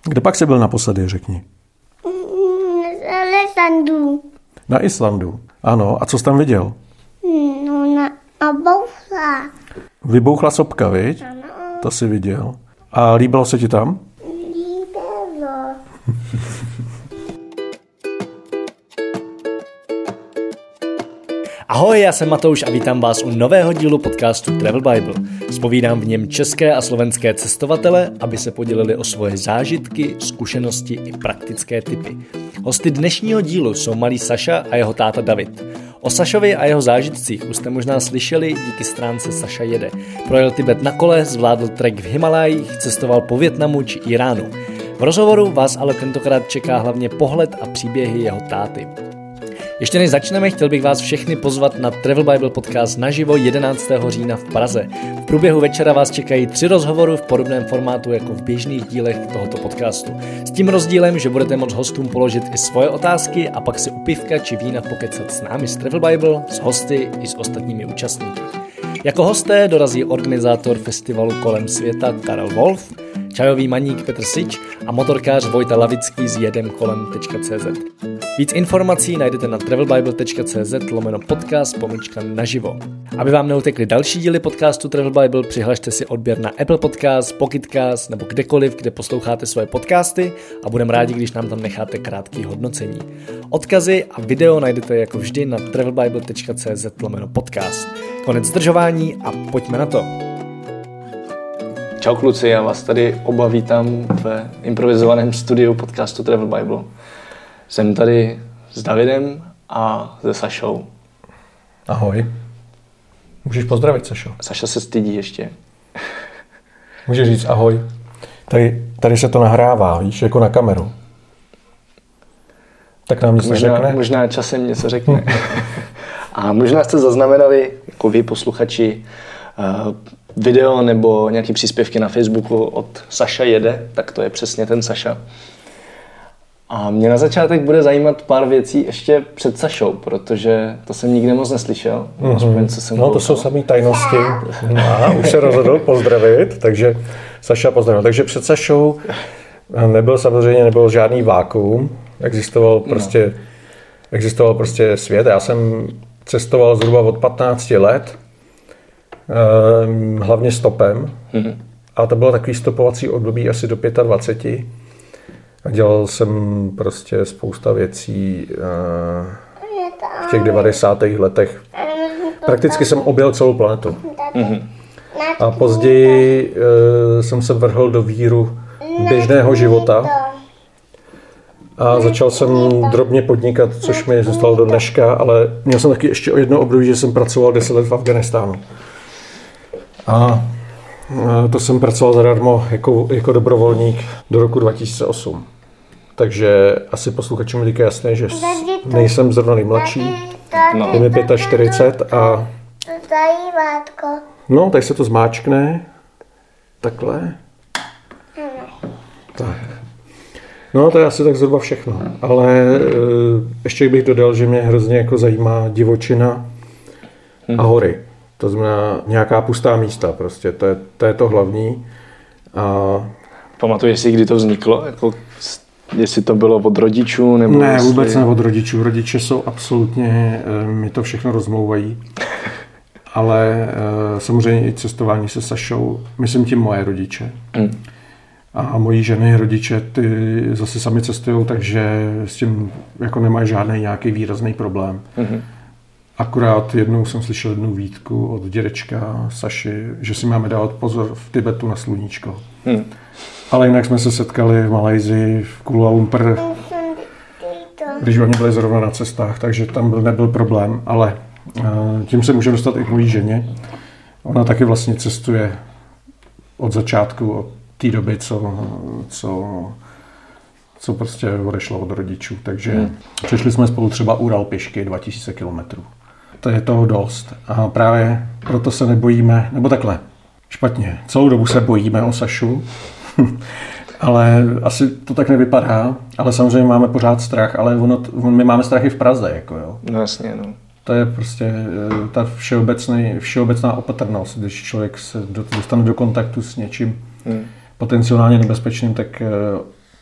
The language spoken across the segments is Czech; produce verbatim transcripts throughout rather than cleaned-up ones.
Kde pak jsi byl naposledy, řekni? Na Islandu. Na Islandu, ano. A co jsi tam viděl? No, na obouchla. Vybouchla sopka, viď? Ano. To jsi viděl. A líbilo se ti tam? Líbilo. Ahoj, já jsem Matouš a vítám vás u nového dílu podcastu Travel Bible. Zpovídám v něm české a slovenské cestovatele, aby se podělili o svoje zážitky, zkušenosti i praktické tipy. Hosty dnešního dílu jsou malý Saša a jeho táta David. O Sašovi a jeho zážitcích už jste možná slyšeli díky stránce Saša jede. Projel Tibet na kole, zvládl trek v Himalajích, cestoval po Vietnamu či Iránu. V rozhovoru vás ale tentokrát čeká hlavně pohled a příběhy jeho táty. Ještě než začneme, chtěl bych vás všechny pozvat na Travel Bible podcast naživo jedenáctého října v Praze. V průběhu večera vás čekají tři rozhovory v podobném formátu jako v běžných dílech tohoto podcastu. S tím rozdílem, že budete moct hostům položit i svoje otázky a pak si u pivka či vína pokecat s námi z Travel Bible, s hosty i s ostatními účastníky. Jako hosté dorazí organizátor festivalu Kolem světa Karel Wolf, čajový maník Petr Sič a motorkář Vojta Lavický z jedem kolem tečka cé zet. Víc informací najdete na travelbible tečka cé zet lomeno podcast pomlčka naživo. Aby vám neutekly další díly podcastu Travel Bible, přihlašte si odběr na Apple Podcast, Pocket Cast nebo kdekoliv, kde posloucháte svoje podcasty a budeme rádi, když nám tam necháte krátký hodnocení. Odkazy a video najdete jako vždy na travelbible tečka cé zet lomeno podcast. Konec zdržování a pojďme na to. Čau kluci, já vás tady oba vítám v improvizovaném studiu podcastu Travel Bible. Jsem tady s Davidem a se Sašou. Ahoj. Můžeš pozdravit, Sašo. Saša se stydí ještě. Můžeš říct ahoj. Tady, tady se to nahrává, víš, jako na kameru. Tak nám nic možná, neřekne. Možná časem něco řekne. A možná jste zaznamenali, jako vy posluchači, video nebo nějaké příspěvky na Facebooku od Saša jede, tak to je přesně ten Saša. A mě na začátek bude zajímat pár věcí ještě před Sašou, protože to jsem nikdy moc neslyšel. Mm-hmm. Aspoň, co jsem no to jsou samé tajnosti. No, a už se rozhodl pozdravit, takže Saša pozdravil. Takže před Sašou nebyl samozřejmě nebyl žádný vákuum, existoval prostě, no. existoval prostě svět. Já jsem cestoval zhruba od patnácti let, hlavně stopem. Mm-hmm. A to bylo takový stopovací období asi do dvaceti pěti. A dělal jsem prostě spousta věcí v těch devadesátých letech. Prakticky jsem objel celou planetu. Mm-hmm. A později jsem se vrhl do víru běžného života. A začal jsem drobně podnikat, což mi zůstalo do dneška, ale měl jsem taky ještě o jedno období, že jsem pracoval deset let v Afghánistánu. A to jsem pracoval zadarmo jako, jako dobrovolník do roku dva tisíce osm. Takže asi posluchačům je jasné, že nejsem zrovna nejmladší. No. Je mi čtyřicet pět a... No, tady se to zmáčkne. Takhle. Tak. No, to je asi tak zhruba všechno. Ale ještě bych dodal, že mě hrozně jako zajímá divočina a hory. To znamená nějaká pustá místa prostě, to je to, je to hlavní. A... Pamatuješ si, kdy to vzniklo? Jako, jestli to bylo od rodičů? Nebo ne, jestli... vůbec ne od rodičů. Rodiče jsou absolutně, mi to všechno rozmlouvají. Ale samozřejmě i cestování se Sašou, myslím tím moje rodiče. Hmm. A mojí ženy, rodiče, ty zase sami cestují, takže s tím jako nemají žádný nějaký výrazný problém. Hmm. Akorát jednou jsem slyšel jednu výtku od dědečka Saši, že si máme dávat pozor v Tibetu na sluníčko. Hmm. Ale jinak jsme se setkali v Malajsii, v Kuala Lumpur, když oni byli zrovna na cestách, takže tam byl, nebyl problém. Ale tím se může dostat i k mojí ženě. Ona taky vlastně cestuje od začátku, od té doby, co, co, co prostě odešlo od rodičů. Takže hmm. přešli jsme spolu třeba Ural pěšky dva tisíce kilometrů. To je toho dost. A právě proto se nebojíme, nebo takhle, špatně. Celou dobu se bojíme o Sašu, ale asi to tak nevypadá. Ale samozřejmě máme pořád strach, ale ono, my máme strachy v Praze. Jako jo. No jasně, no. To je prostě ta všeobecný, všeobecná opatrnost. Když člověk se dostane do kontaktu s něčím hmm. potenciálně nebezpečným, tak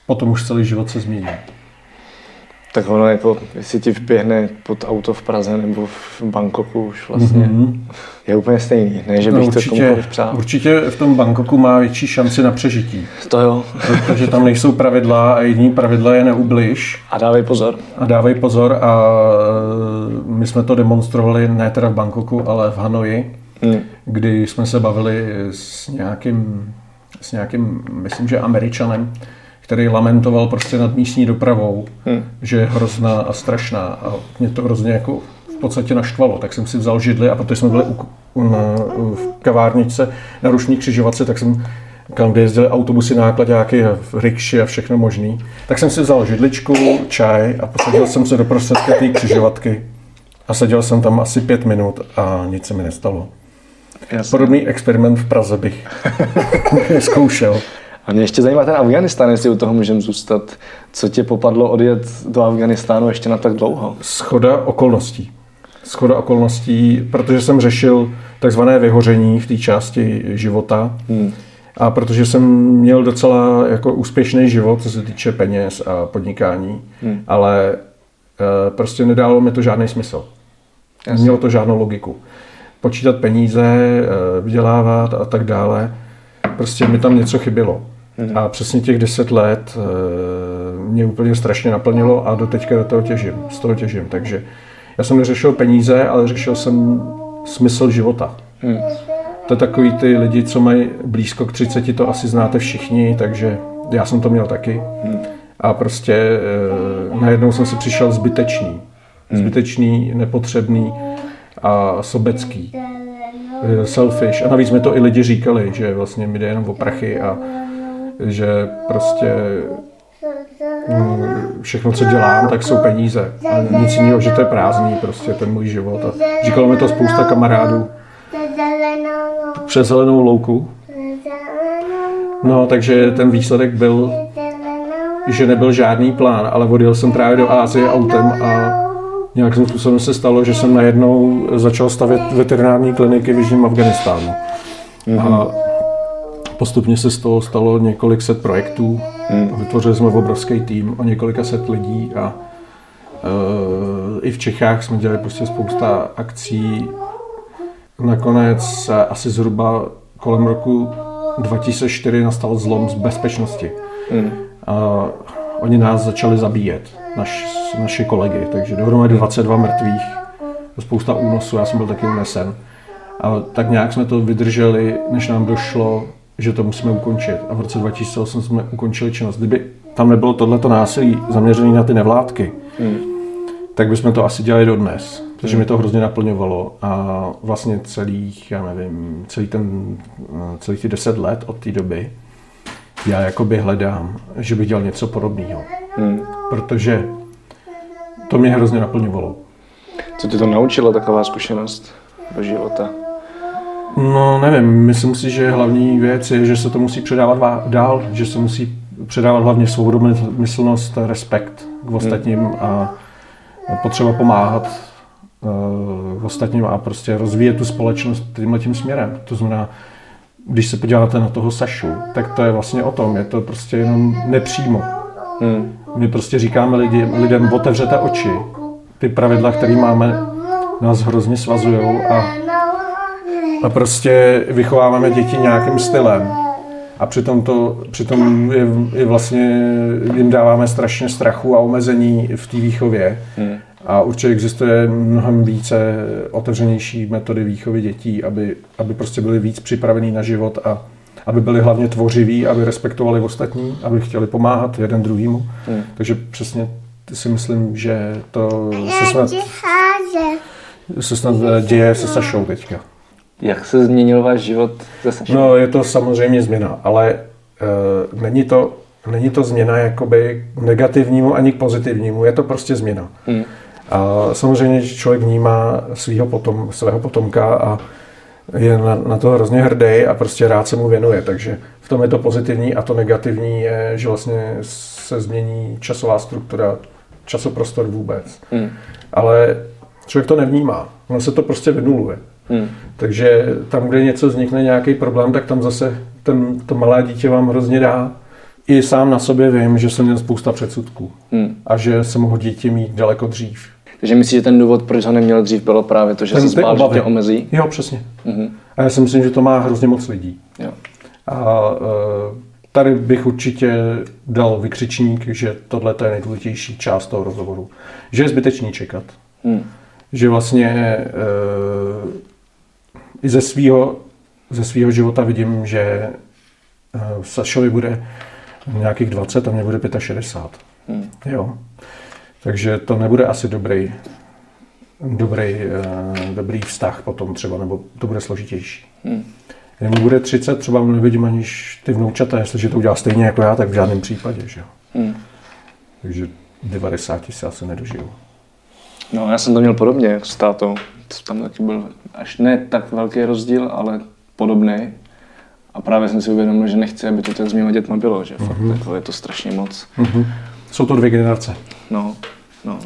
potom už celý život se změní. Tak ono jako, jestli ti vběhne pod auto v Praze nebo v Bangkoku, už vlastně mm-hmm. je úplně stejný, ne, že bych no, určitě, to komukoliv přál. Určitě v tom Bangkoku má větší šanci na přežití. To jo. Protože tam nejsou pravidla a jediný pravidla je neubliž. A dávej pozor. A dávej pozor a my jsme to demonstrovali ne teda v Bangkoku, ale v Hanoji, mm. kdy jsme se bavili s nějakým, s nějakým, myslím, že Američanem, který lamentoval prostě nad místní dopravou, hmm. že je hrozná a strašná. A mě to hrozně jako v podstatě naštvalo. Tak jsem si vzal židli a protože jsme byli u, na, v kavárničce na Rušní křižovatce, tak jsem, kam kde jezdili autobusy, nákladáky, rikši a všechno možný, tak jsem si vzal židličku, čaj a posadil jsem se do prostředka té křižovatky a seděl jsem tam asi pět minut a nic se mi nestalo. Jasně. Podobný experiment v Praze bych zkoušel. A mě ještě zajímá ten Afghánistán, jestli u toho můžeme zůstat. Co tě popadlo odjet do Afghánistánu ještě na tak dlouho? Shoda okolností. Shoda okolností, protože jsem řešil takzvané vyhoření v té části života. Hmm. A protože jsem měl docela jako úspěšný život, co se týče peněz a podnikání, hmm. ale e, prostě nedalo mi to žádný smysl. Jasně. Nemělo to žádnou logiku. Počítat peníze, e, vydělávat a tak dále. Prostě mi tam něco chybělo. Hmm. A přesně těch deset let e, mě úplně strašně naplnilo a do teďka do toho těžím, z toho těžím. Takže já jsem neřešil peníze, ale řešil jsem smysl života. Hmm. To je takový ty lidi, co mají blízko k třiceti, to asi znáte všichni, takže já jsem to měl taky. Hmm. A prostě e, najednou jsem si přišel zbytečný. Hmm. Zbytečný, nepotřebný a sobecký. Selfish. A navíc mi to i lidi říkali, že vlastně mi jde jenom o prachy a že prostě všechno, co dělám, tak jsou peníze. A nic jiného, že to je prázdný, prostě ten můj život. A říkalo mi to spousta kamarádů. Přes zelenou louku. No, takže ten výsledek byl, že nebyl žádný plán, ale odjel jsem právě do Asie autem a nějakým způsobem se stalo, že jsem najednou začal stavět veterinární kliniky v jižním Afghánistánu. Mm-hmm. A postupně se z toho stalo několik set projektů. Mm. Vytvořili jsme obrovský tým o několika set lidí a uh, i v Čechách jsme dělali prostě spousta akcí. Nakonec asi zhruba kolem roku dva tisíce čtyři nastal zlom z bezpečnosti. Mm. A oni nás začali zabíjet, naš, naši kolegy, takže dohromady dvacet dva mrtvých, spousta únosů, já jsem byl taky unesen. A tak nějak jsme to vydrželi, než nám došlo, že to musíme ukončit. A v roce dva tisíce osm jsme ukončili činnost. Kdyby tam nebylo tohleto násilí zaměřené na ty nevládky, hmm. tak bychom to asi dělali dodnes, protože mě to hrozně naplňovalo. A vlastně celých, já nevím, celý ten, celých těch deset let od té doby já jakoby hledám, že bych dělal něco podobného. Hmm. Protože to mě hrozně naplňovalo. Co tě to naučilo, taková zkušenost do života? No nevím, myslím si, že hlavní věc je, že se to musí předávat dál, že se musí předávat hlavně svobodnomyslnost, respekt k ostatním hmm. a potřeba pomáhat uh, ostatním a prostě rozvíjet tu společnost tímhletím směrem. To znamená, když se podíváte na toho Sašu, tak to je vlastně o tom, je to prostě jenom nepřímo. Hmm. My prostě říkáme lidi, lidem, otevřete oči. Ty pravidla, které máme, nás hrozně svazujou a, a prostě vychováváme děti nějakým stylem. A přitom, to, přitom je, je vlastně jim dáváme strašně strachu a omezení v té výchově. Hmm. A určitě existuje mnohem více otevřenější metody výchovy dětí, aby, aby prostě byli víc připravení na život a aby byli hlavně tvořiví, aby respektovali ostatní, aby chtěli pomáhat jeden druhýmu. Hmm. Takže přesně si myslím, že to se snad, se snad děje se Sašou teďka. Jak se změnil váš život se Sašou? No, je to samozřejmě změna, ale uh, není to, není to změna jakoby k negativnímu ani k pozitivnímu, je to prostě změna. Hmm. A samozřejmě, že člověk vnímá svého potom, svého potomka a je na, na to hrozně hrdý a prostě rád se mu věnuje, takže v tom je to pozitivní a to negativní je, že vlastně se změní časová struktura, časoprostor vůbec. Hmm. Ale člověk to nevnímá, ono se to prostě vynuluje. Hmm. Takže tam, kde něco vznikne, nějaký problém, tak tam zase ten, to malé dítě vám hrozně dá i sám na sobě vím, že jsem měl spousta předsudků Hmm. a že jsem mohl dítě mít daleko dřív. Takže myslíš, že ten důvod, proč ho neměl dřív, bylo právě to, že se spál, že tě omezí? Jo, přesně. Mm-hmm. A já si myslím, že to má hrozně moc lidí. Jo. A tady bych určitě dal vykřičník, že tohle je nejdůležitější část toho rozhovoru. Že je zbytečný čekat. Hmm. Že vlastně i ze svýho, ze svýho života vidím, že Sašovi bude nějakých dvacet a mě bude šedesát pět. Hmm. Jo. Takže to nebude asi dobrý, dobrý, dobrý vztah potom třeba, nebo to bude složitější. Hmm. Když mu bude třicet, třeba nevidím aniž ty vnoučata, jestliže to udělá stejně jako já, tak v žádném případě. Že? Hmm. Takže devadesát se asi nedožiju. No, já jsem to měl podobně jako s tátou. Tam taky byl až ne tak velký rozdíl, ale podobný. A právě jsem si uvědomil, že nechci, aby to tak s mýma dětma bylo, že fakt mm-hmm. takhle je to strašně moc. Mm-hmm. Jsou to dvě generace. No, no.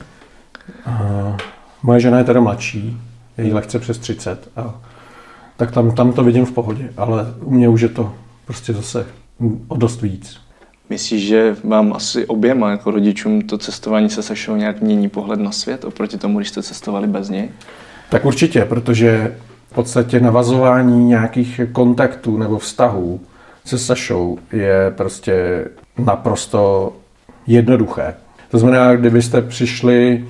A moje žena je teda mladší, je jí lehce přes třicet. A tak tam, tam to vidím v pohodě, ale u mě už je to prostě zase o dost víc. Myslíš, že vám asi oběma jako rodičům to cestování se Sašou nějak mění pohled na svět oproti tomu, když jste cestovali bez něj? Tak určitě, protože v podstatě navazování nějakých kontaktů nebo vztahů se Sašou je prostě naprosto jednoduché. To znamená, kdybyste přišli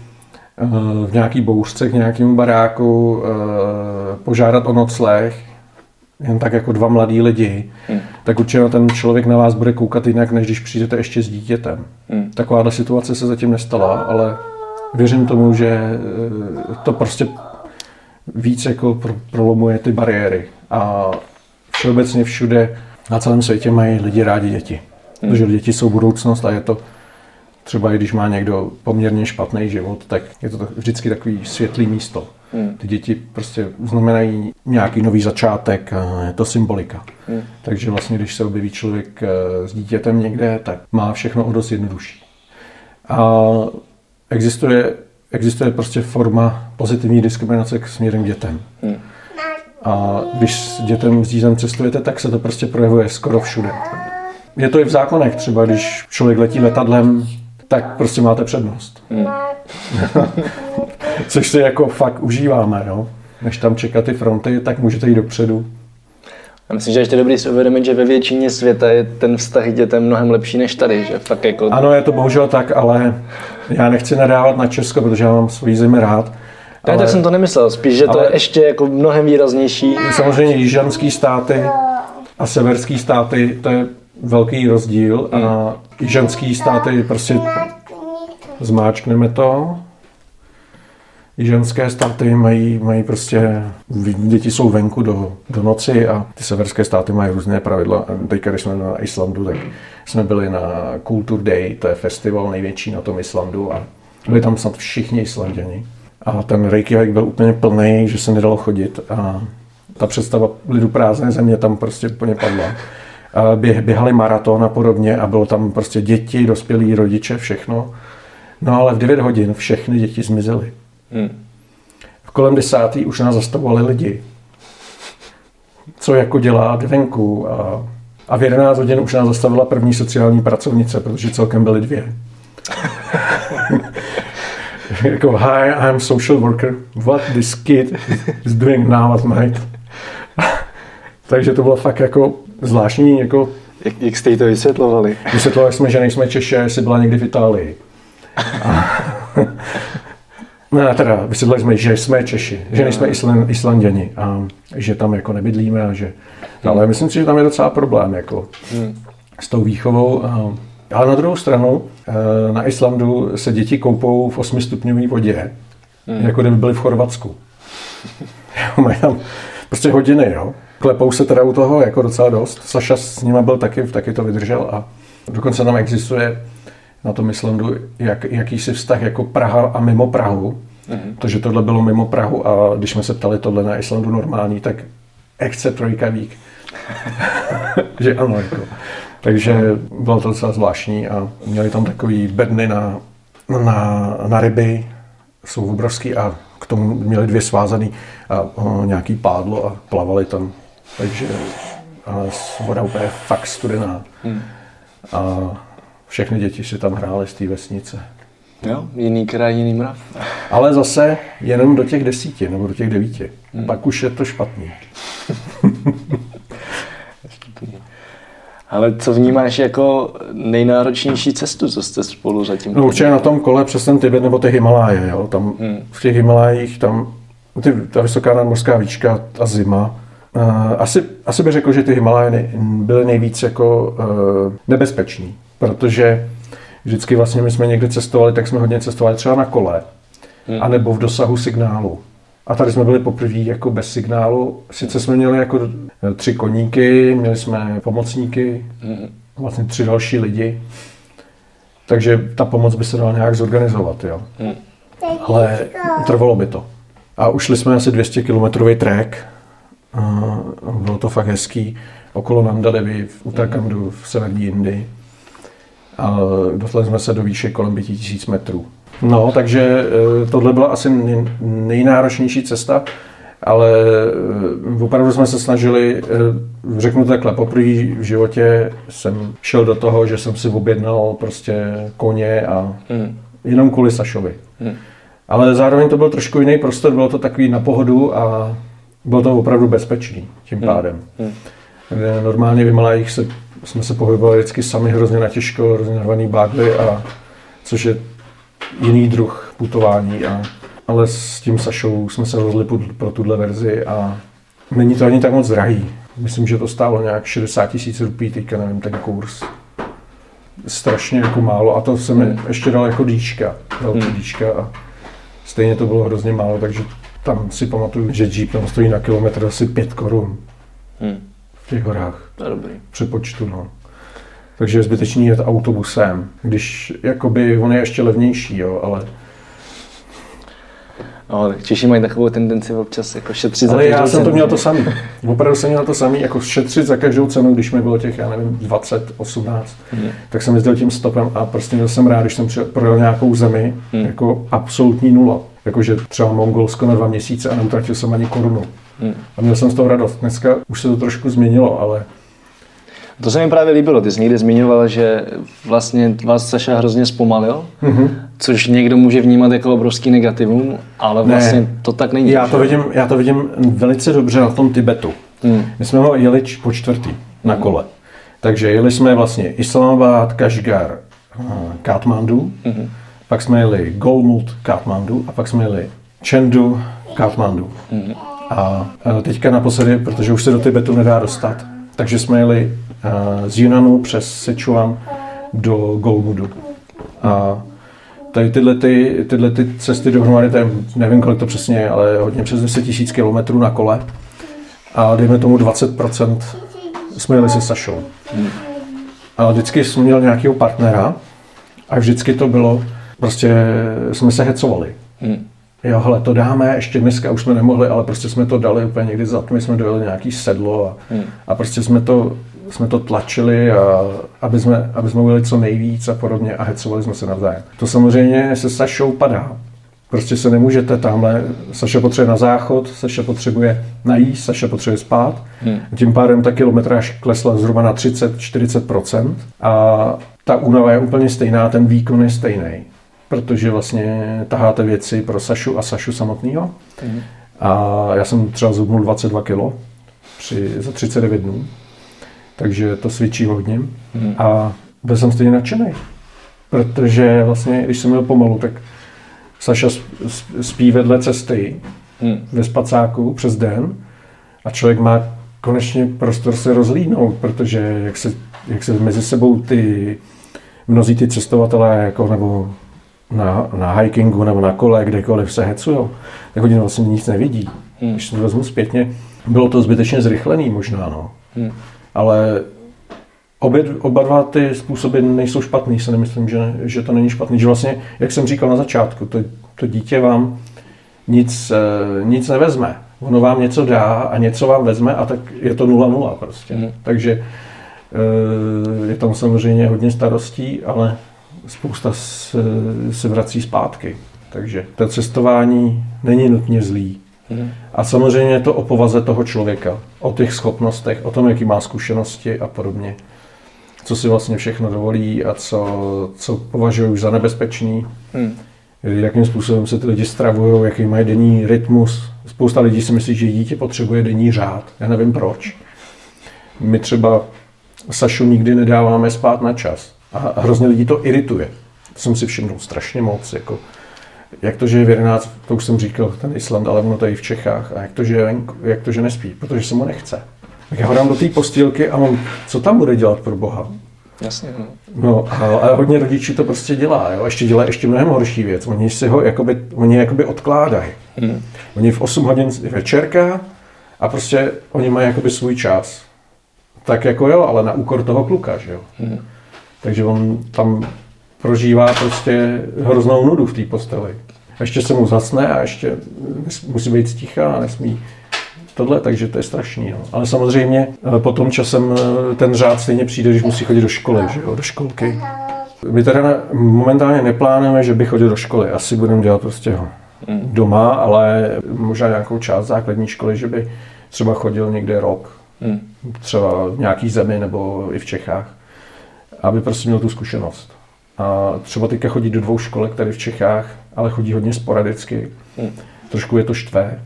v nějaký bouřce k nějakému baráku požádat o nocleh, jen tak jako dva mladí lidi, hmm. tak určitě ten člověk na vás bude koukat jinak, než když přijdete ještě s dítětem. Hmm. Takováhle situace se zatím nestala, ale věřím tomu, že to prostě víc jako pro, prolomuje ty bariéry. A všeobecně všude na celém světě mají lidi rádi děti. Hmm. Protože děti jsou budoucnost a je to třeba i když má někdo poměrně špatný život, tak je to vždycky takový světlý místo. Hmm. Ty děti prostě znamenají nějaký nový začátek, je to symbolika. Hmm. Takže vlastně, když se objeví člověk s dítětem někde, tak má všechno o dost jednodušší. A existuje, existuje prostě forma pozitivní diskriminace k směrem k dětem. Hmm. A když s dětem s dítětem cestujete, tak se to prostě projevuje skoro všude. Je to i v zákonech, třeba když člověk letí letadlem, tak prostě máte přednost. Hmm. Což si jako fakt užíváme, no. Než tam čekat ty fronty, tak můžete jít dopředu. Já myslím, že ještě dobrý si uvědomit, že ve většině světa je ten vztah k dětem mnohem lepší než tady, že fakt jako... Ano, je to bohužel tak, ale já nechci nadávat na Česko, protože já mám svoji zemi rád. Ne, ale... tak jsem to nemyslel, spíš, že ale... to je ještě jako mnohem výraznější. Samozřejmě jižanský státy a severský státy, to je velký rozdíl hmm. a jižanský státy prostě zmáčkneme to. Jižanské státy mají, mají prostě, děti jsou venku do, do noci a ty severské státy mají různé pravidla. Teďka, když jsme na Islandu, tak jsme byli na Culture Day, to je festival největší na tom Islandu a byli tam snad všichni Islanděni. A ten Reykjavik byl úplně plný, že se nedalo chodit a ta představa lidu prázdné země tam prostě úplně padla. Běh, běhali maraton a podobně a bylo tam prostě děti, dospělí rodiče, všechno. No ale v devět hodin všechny děti zmizely. Hmm. V kolem desátý už nás zastavovali lidi. Co jako dělá venku a, a v jedenáct hodin už nás zastavila první sociální pracovnice, protože celkem byly dvě. Jako, hi, I'm social worker. What this kid is doing now at night? Takže to bylo fakt jako zvláštní. Jako, jak, jak jste jí to vysvětlovali? Vysvětlovali jsme, že nejsme Češi, jestli byla někdy v Itálii. A, no teda vysvětlovali jsme, že jsme Češi, že nejsme Island, Islanděni a že tam jako nebydlíme a že... Hmm. Ale myslím si, že tam je docela problém jako hmm. s tou výchovou. A, ale na druhou stranu na Islandu se děti koupou v osmistupňové vodě, hmm. jako kdyby byli v Chorvatsku. Mají tam prostě hodiny, jo. Klepou se teda u toho jako docela dost. Saša s nima byl taky, taky to vydržel a dokonce tam existuje na tom Islandu jak, jakýsi vztah jako Praha a mimo Prahu. Mm-hmm. To, že tohle bylo mimo Prahu a když jsme se ptali tohle na Islandu normální, tak except Reykjavík. Že ano, jako. Takže bylo to docela zvláštní a měli tam takový bedny na, na, na ryby, jsou obrovský a k tomu měli dvě svázaný a o, nějaký pádlo a plavali tam. Takže a voda úplně fakt studená. Hmm. a všechny děti si tam hrály z té vesnice. Jo, jiný kraj, jiný mrav. Ale zase jenom do těch desíti nebo do těch devíti. Hmm. Pak už je to špatný. Ale co vnímáš jako nejnáročnější cestu, co jste spolu zatím? No určitě na tom kole přes ten Tibet nebo ty Himaláje. Jo? Tam, hmm. V těch Himalájích tam ty, ta vysoká nadmořská výška a zima. Uh, asi, asi bych řekl, že ty Himaláje byly nejvíc jako uh, nebezpečný, protože vždycky vlastně my jsme někde cestovali, tak jsme hodně cestovali třeba na kole, hmm. anebo v dosahu signálu. A tady jsme byli poprvé jako bez signálu. Sice jsme měli jako tři koníky, měli jsme pomocníky, hmm. vlastně tři další lidi. Takže ta pomoc by se dala nějak zorganizovat, jo. Hmm. Ale trvalo by to. A ušli jsme asi dvě stě kilometrový trek. Bylo to fakt hezký. Okolo Nanda Devi v Uttarakandu v severní Indii. A dostali jsme se do výše kolem pět tisíc metrů. No, takže tohle byla asi nejnáročnější cesta, ale opravdu jsme se snažili, řeknu takhle, poprvé v životě jsem šel do toho, že jsem si objednal prostě koně a mm. jenom kvůli Sašovi. Mm. Ale zároveň to byl trošku jiný prostor, bylo to takový na pohodu a bylo to opravdu bezpečný tím pádem. Mm. Normálně v Himalajích se, jsme se pohybovali vždycky sami hrozně natěžko, hrozně narvaný bágly, a což je jiný druh putování. A, ale s tím Sašou jsme se rozhodli pro tuhle verzi a není to ani tak moc drahý. Myslím, že to stálo nějak šedesát tisíc rupí, teďka nevím, ten kurz. Strašně jako málo a to se mi ještě dal jako dýčka, velký hmm. dýčka a stejně to bylo hrozně málo, takže tam si pamatuju, že Jeep tam stojí na kilometr asi pět korun hmm. v těch horách. To je dobrý. Přepočtu, no. Takže je zbytečný jet autobusem, když jakoby on je ještě levnější, jo, ale... No, tak Češi mají takovou tendenci občas jako šetřit za ale každou já jsem cenu. to měl to samý. Opravdu jsem měl to samý, jako šetřit za každou cenu, když mi bylo těch, já nevím, dvacet, osmnáct, hmm. tak jsem jezdil tím stopem a prostě měl jsem rád, když jsem projel nějakou zemi, hmm. jako absolutní nula. Jakože třeba Mongolsko na dva měsíce a neutratil jsem ani korunu. Hmm. A měl jsem z toho radost. Dneska už se to trošku změnilo, ale... To se mi právě líbilo. Ty jsi někde zmiňoval, že vlastně vás Saša hrozně zpomalil, mm-hmm. což někdo může vnímat jako obrovský negativum, ale vlastně ne, to tak není. Já to, vidím, já to vidím velice dobře na tom Tibetu. Mm. My jsme ho jeli po čtvrtý na kole. Takže jeli jsme vlastně Islamabad, Kashgar, Kathmandu, mm-hmm. pak jsme jeli Golmud, Kathmandu a pak jsme jeli Chengdu, Kathmandu. Mm-hmm. A teďka naposledy, protože už se do Tibetu nedá dostat, takže jsme jeli z Yunanu přes Sichuan do Golmudu. A tady tyhle, ty, tyhle ty cesty dohromady, nevím, kolik to přesně je, ale hodně přes deset tisíc kilometrů na kole. A dejme tomu dvacet procent jsme jeli se Sašou. A vždycky jsme měli nějakého partnera a vždycky to bylo, prostě jsme se hecovali. Jo, hele, to dáme, ještě dneska už jsme nemohli, ale prostě jsme to dali úplně někdy za tmy, jsme dojeli nějaký sedlo a, hmm. a prostě jsme to, jsme to tlačili, a, aby, jsme, aby jsme byli co nejvíc a podobně a hecovali jsme se navzájem. To samozřejmě se Sašou padá. Prostě se nemůžete tamhle, Saša potřebuje na záchod, Saša potřebuje najíst, Saša potřebuje spát. Hmm. Tím pádem ta kilometráž klesla zhruba na třicet až čtyřicet procent a ta únava je úplně stejná, ten výkon je stejný. Protože vlastně taháte věci pro Sašu a Sašu samotného. Mm. A já jsem třeba zhubnul dvacet dva kilo při, za třicet devět dnů, takže to svědčí hodně. Mm. A byl jsem stejně nadšený, protože vlastně, když jsem měl pomalu, tak Saša spí vedle cesty mm. ve spacáku přes den a člověk má konečně prostor se rozhlídnout, protože jak se, jak se mezi sebou ty mnozí ty cestovatelé jako nebo na, na hikingu nebo na kole, kdekoliv se hecujou, tak oni vlastně nic nevidí. Hmm. Když to vezmu zpětně, bylo to zbytečně zrychlený možná, no. Hmm. Ale obě, oba dva ty způsoby nejsou špatný, se nemyslím, že, že to není špatný. Že vlastně, jak jsem říkal na začátku, to, to dítě vám nic, nic nevezme. Ono vám něco dá a něco vám vezme a tak je to nula nula prostě. Hmm. Takže je tam samozřejmě hodně starostí, ale spousta se, se vrací zpátky. Takže to cestování není nutně zlý. Hmm. A samozřejmě je to o povaze toho člověka, o těch schopnostech, o tom, jaký má zkušenosti a podobně. co si vlastně všechno dovolí a co, co považují za nebezpečný. Hmm. Jakým způsobem se ty lidi stravují, jaký mají denní rytmus. Spousta lidí si myslí, že dítě potřebuje denní řád. Já nevím proč. My třeba Sašu nikdy nedáváme spát na čas. A hrozně lidí to irituje. To jsem si všimnul strašně moc. Jako, jak to, že je v jedenáct, to už jsem říkal, ten Island, ale ono tady v Čechách. A jak to, že, jak to, že nespí? Protože se mu nechce. Tak já ho dám do té postýlky a on, co tam bude dělat pro Boha? Jasně, no. No, ale hodně rodičů to prostě dělá, jo. Ještě dělá ještě mnohem horší věc. Oni si ho jakoby, oni jakoby odkládají. Hmm. Oni v osm hodin večerka a prostě oni mají jakoby svůj čas. Tak jako jo, ale na úkor toho kluka, že jo. Hmm. Takže on tam prožívá prostě hroznou nudu v té posteli. A ještě se mu zasne a ještě musí být sticha a nesmí tohle, takže to je strašný. No. Ale samozřejmě potom časem ten řád stejně přijde, když musí chodit do školy, že jo, do školky. My teda momentálně neplánujeme, že by chodil do školy. Asi budeme dělat prostě ho doma, ale možná nějakou část základní školy, že by třeba chodil někde rok. Třeba v nějaký zemi nebo i v Čechách. Aby prostě měl tu zkušenost. A třeba teďka chodí do dvou školek tady v Čechách, ale chodí hodně sporadicky. Trošku je to štve.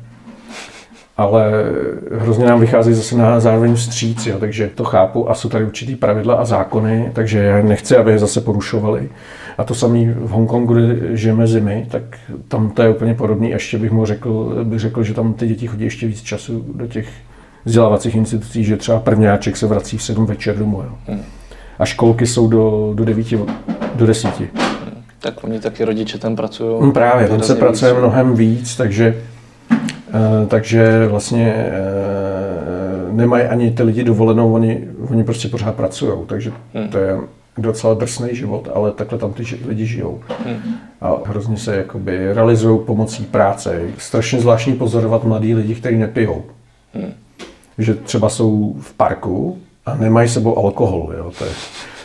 Ale hrozně nám vychází zase na zároveň vstříc, jo, takže to chápu a jsou tady určitý pravidla a zákony, takže já nechci, aby je zase porušovali. A to samý v Hongkongu, kde žijeme zimy, tak tam to je úplně podobný. Ještě bych mu řekl, bych řekl, že tam ty děti chodí ještě víc času do těch vzdělávacích institucí, že třeba prvňáček se vrací v sedm večer domů. Jo. Hmm. A školky jsou do, do devíti, do desíti. Hmm. Tak oni taky rodiče tam pracují. Hmm, právě, tam se pracuje víc. mnohem víc, takže Uh, takže vlastně uh, nemají ani ty lidi dovolenou, oni, oni prostě pořád pracují, takže hmm. to je docela drsný život, ale takhle tam ty lidi žijou. Hmm. A hrozně se jakoby realizují pomocí práce. Strašně zvláštní pozorovat mladí lidi, kteří nepijou. Hmm. Že třeba jsou v parku a nemají sebou alkohol. Jo, to je.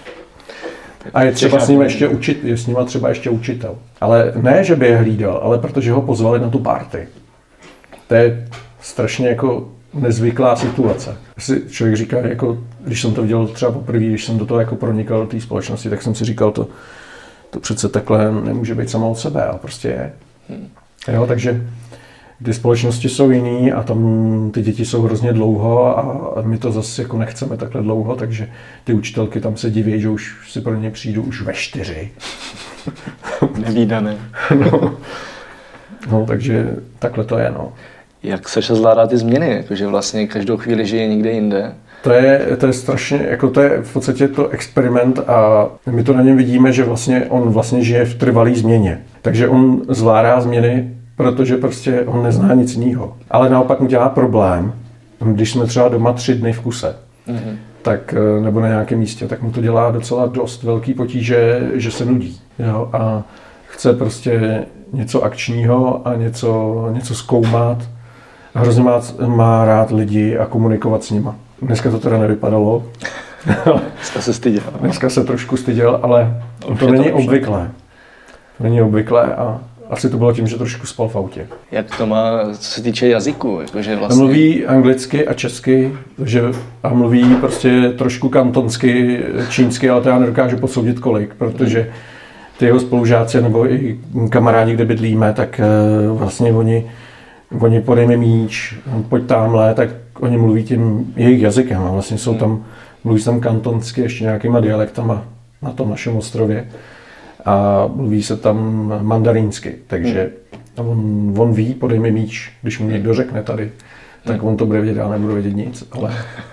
A je třeba s nimi ještě učit, je s nima třeba ještě učitel. Ale ne, že by je hlídal, ale protože ho pozvali na tu party. To je strašně jako nezvyklá situace. Si člověk říká, jako, když jsem to viděl třeba poprvé, když jsem do toho jako pronikal do té společnosti, tak jsem si říkal, to, to přece takhle nemůže být samo od sebe, a prostě je. Hmm. Jo, takže ty společnosti jsou jiný a tam ty děti jsou hrozně dlouho a my to zase jako nechceme takhle dlouho, takže ty učitelky tam se diví, že už si pro ně přijdu už ve čtyři. Nevídané. no. no, takže takhle to je, no. Jak Saša zvládá ty změny, jakože vlastně každou chvíli žije někde jinde? To je, to je strašně, jako to je v podstatě to experiment a my to na něm vidíme, že vlastně on vlastně žije v trvalé změně. Takže on zvládá změny, protože prostě on nezná nic jiného. Ale naopak mu dělá problém, když jsme třeba doma tři dny v kuse, mm-hmm. tak, nebo na nějakém místě, tak mu to dělá docela dost velký potíže, že se nudí. Jo? A chce prostě něco akčního a něco, něco zkoumat. Hrozně má, má rád lidi a komunikovat s nima. Dneska to teda nevypadalo. Dneska se styděl. Dneska se trošku styděl, ale to, to není obvyklé. To není obvyklé a asi to bylo tím, že trošku spal v autě. Jak to má, co se týče jazyku? Jakože vlastně... Mluví anglicky a česky že, a mluví prostě trošku kantonsky, čínsky, ale to já nedokážu posoudit kolik, protože ty jeho spolužáci nebo i kamarádi, kde bydlíme, tak vlastně oni Oni podej mi míč, pojď támhle, tak oni mluví tím jejich jazykem. A vlastně jsou tam, mluví tam kantonsky, ještě nějakýma dialektama na tom našem ostrově. A mluví se tam mandarínsky. Takže on, on ví, podej mi míč, když mu někdo řekne tady, tak on to bude vědět, já nebudu vědět nic. Ale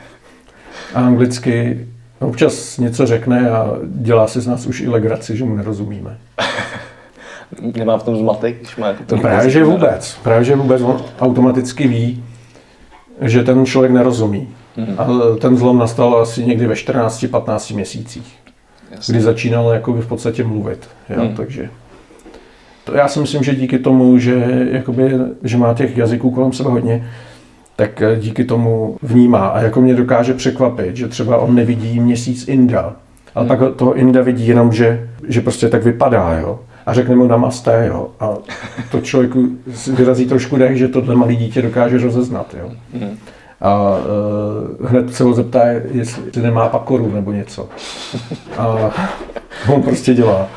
a anglicky občas něco řekne a dělá si z nás už i legraci, že mu nerozumíme. Nemá v tom zmatek, když má... To právě, že vůbec. Právě, že vůbec on automaticky ví, že ten člověk nerozumí. Mm. A ten zlom nastal asi někdy ve čtrnácti patnácti měsících. Jasně. Kdy začínal jakoby v podstatě mluvit. Jo? Mm. Takže to já si myslím, že díky tomu, že, jakoby, že má těch jazyků kolem sebe hodně, tak díky tomu vnímá. A jako mě dokáže překvapit, že třeba on nevidí měsíc Inda, ale mm. pak toho Inda vidí jenom, že, že prostě tak vypadá, jo. A řekne mu namaste, jo. A to člověku vyrazí trošku dech, že tohle malý dítě dokáže rozeznat, jo. Mm. A uh, hned se ho zeptá, jestli nemá pakoru nebo něco. A on prostě dělá.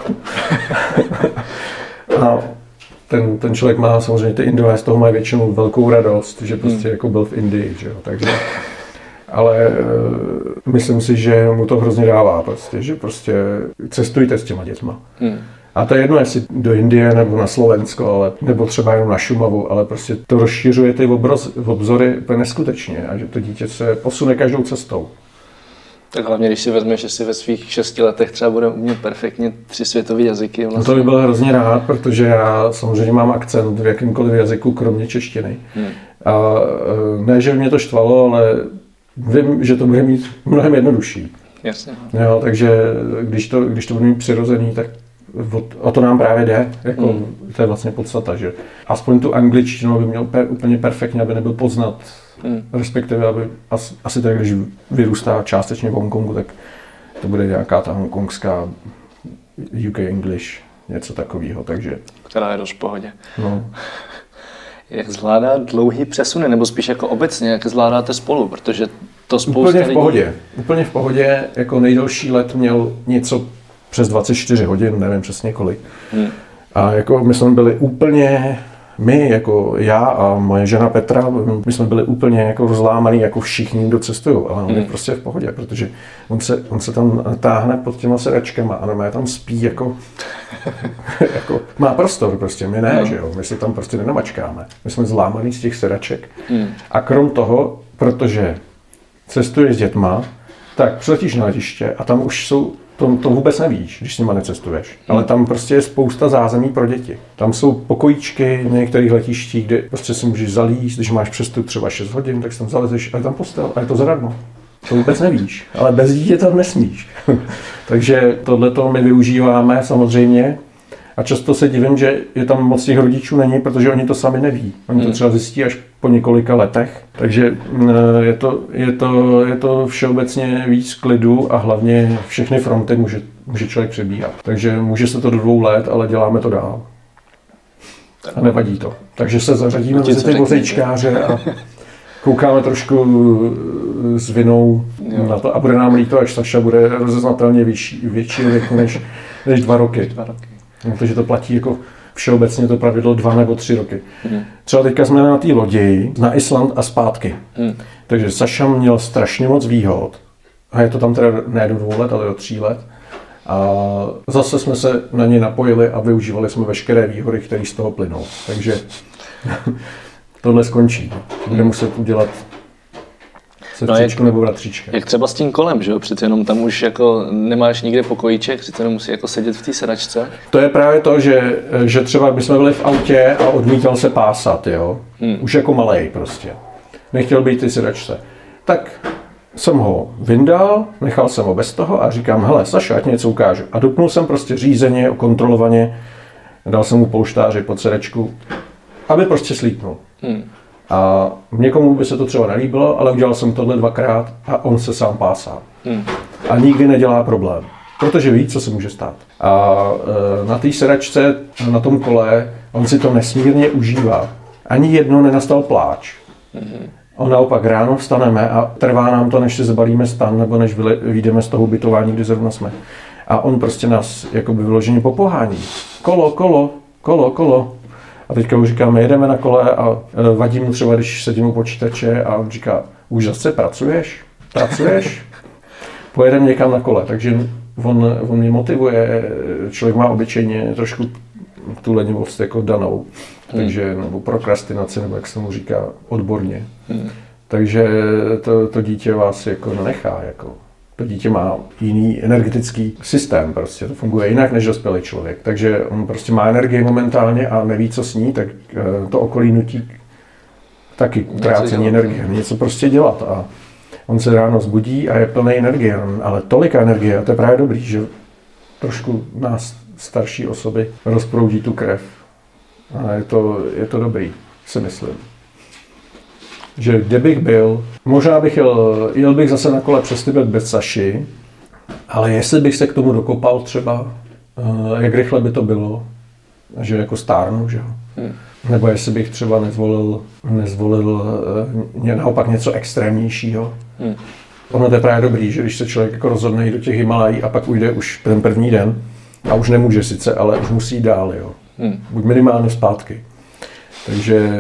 A ten, ten člověk má samozřejmě, ty Indové z toho mají většinou velkou radost, že prostě hmm. jako byl v Indii, že jo, takže... Ale uh, myslím si, že mu to hrozně dává prostě, že prostě cestujte s těma dětma. Hmm. A to je jedno, jestli do Indie nebo na Slovensko, ale, nebo třeba jenom na Šumavu, ale prostě to rozšiřuje ty obroz, obzory úplně neskutečně a že to dítě se posune každou cestou. Tak hlavně, když si vezmeš, že si ve svých šesti letech třeba bude umět perfektně tři světové jazyky. Vlastně. No to by byl hrozně rád, protože já samozřejmě mám akcent v jakýmkoliv jazyku, kromě češtiny. Hmm. A ne, že mě to štvalo, ale vím, že to bude mít mnohem jednodušší. Jasně. Jo, takže když to, když to bude mít přirozený, tak o, o to nám právě jde. Jako, hmm. To je vlastně podstata, že aspoň tu angličtinu by měl per, úplně perfektně, aby nebyl poznat. Hmm. Respektive, aby asi, asi tak, když vyrůstá částečně v Hongkongu, tak to bude nějaká ta hongkongská U K English, něco takového, takže... Která je dost v pohodě. No. Jak zvládá dlouhý přesuny, nebo spíš jako obecně, jak zvládáte spolu, protože to spousta Úplně v lidí... pohodě. Úplně v pohodě, jako nejdelší let měl něco přes dvacet čtyři hodin, nevím přesně kolik. Hmm. A jako my jsme byli úplně... My, jako já a moje žena Petra, my jsme byli úplně jako rozlámaný, jako všichni, kdo cestují, ale on je hmm. prostě v pohodě, protože on se, on se tam táhne pod těma sedačkama a normálně tam spí jako, jako má prostor prostě, my ne, no. Že jo, my se tam prostě nenamačkáme, my jsme zlámaný z těch sedaček hmm. a krom toho, protože cestuješ s dětma, tak přiletíš na letiště a tam už jsou To, to vůbec nevíš, když s nima necestuješ. Ale tam prostě je spousta zázemí pro děti. Tam jsou pokojíčky na některých letištích, kde prostě si můžeš zalízt, když máš přestup třeba šest hodin, tak si tam zalezeš a je tam postel a je to zadarmo. To vůbec nevíš, ale bez dítě tam nesmíš. Takže tohleto my využíváme samozřejmě a často se divím, že je tam moc těch rodičů není, protože oni to sami neví. Oni to třeba zjistí až po několika letech. Takže je to, je to, je to všeobecně víc klidu a hlavně všechny fronty může, může člověk přebíhat. Takže může se to do dvou let, ale děláme to dál. A nevadí to. Takže se zařadíme mezi ty vozejčkáře a koukáme trošku s vinou jo. na to a bude nám líto, až Saša bude rozeznatelně větší, větší věku než, než dva roky. Dva roky. Protože to platí jako všeobecně to pravidlo dva nebo tři roky. Hmm. Třeba teďka jsme na té lodi na Island a zpátky. Hmm. Takže Saša měl strašně moc výhod. A je to tam teda ne do dvou let, ale do tří let. A zase jsme se na ně napojili a využívali jsme veškeré výhody, které z toho plynou. Takže tohle skončí. Bude muset udělat sestřičku no nebo bratříčka. Jak třeba s tím kolem, že jo? Přece jenom tam už jako nemáš nikde pokojíček, přece jenom musí jako sedět v té sedačce. To je právě to, že, že třeba bychom byli v autě a odmítal se pásat, jo? Hmm. Už jako malej prostě. Nechtěl být ty sedačce. Tak jsem ho vyndal, nechal jsem ho bez toho a říkám, hele, Saša, ať něco ukážu. A dupnul jsem prostě řízeně, kontrolovaně, dal jsem mu polštáři pod sedačku, aby prostě slíknul. Hmm. A někomu by se to třeba nelíbilo, ale udělal jsem tohle dvakrát a on se sám pásá. Hmm. A nikdy nedělá problém, protože ví, co se může stát. A e, na té sedačce, na tom kole, on si to nesmírně užívá. Ani jedno nenastal pláč. Hmm. On naopak ráno vstaneme a trvá nám to, než si zabalíme stan, nebo než vyjdeme z toho ubytování, kde zrovna jsme. A on prostě nás jakoby vyloženě popohání. Kolo, kolo, kolo, kolo. A teďka mu říkáme, jedeme na kole a vadí mu třeba, když sedím u počítače a on říká, už zase pracuješ? Pracuješ? Pojedeme někam na kole. Takže on, on mě motivuje, člověk má obyčejně trošku tu lenivost jako danou. Takže, nebo prokrastinaci, nebo jak se mu říká odborně. Hmm. Takže to, to dítě vás jako nenechá. Jako. To dítě má jiný energetický systém, prostě to funguje jinak než dospělý člověk. Takže on prostě má energii momentálně a neví, co s ní, tak to okolí nutí taky utrácení energie, něco prostě dělat. A on se ráno zbudí a je plný energie, ale tolika energie, a to je právě dobrý, že trošku nás starší osoby rozproudí tu krev. A je to, je to dobrý, si myslím. Že kde bych byl, možná bych jel, jel bych zase na kole přes Tibet bez Saši, ale jestli bych se k tomu dokopal třeba, jak rychle by to bylo, že jako stárnu, že jo. Hmm. Nebo jestli bych třeba nezvolil, nezvolil ně, naopak něco extrémnějšího. Hmm. Ono to je právě dobrý, že když se člověk jako rozhodne jít do těch Himalají a pak ujde už ten první den a už nemůže sice, ale už musí dál, jo. Hmm. Buď minimálně zpátky. Takže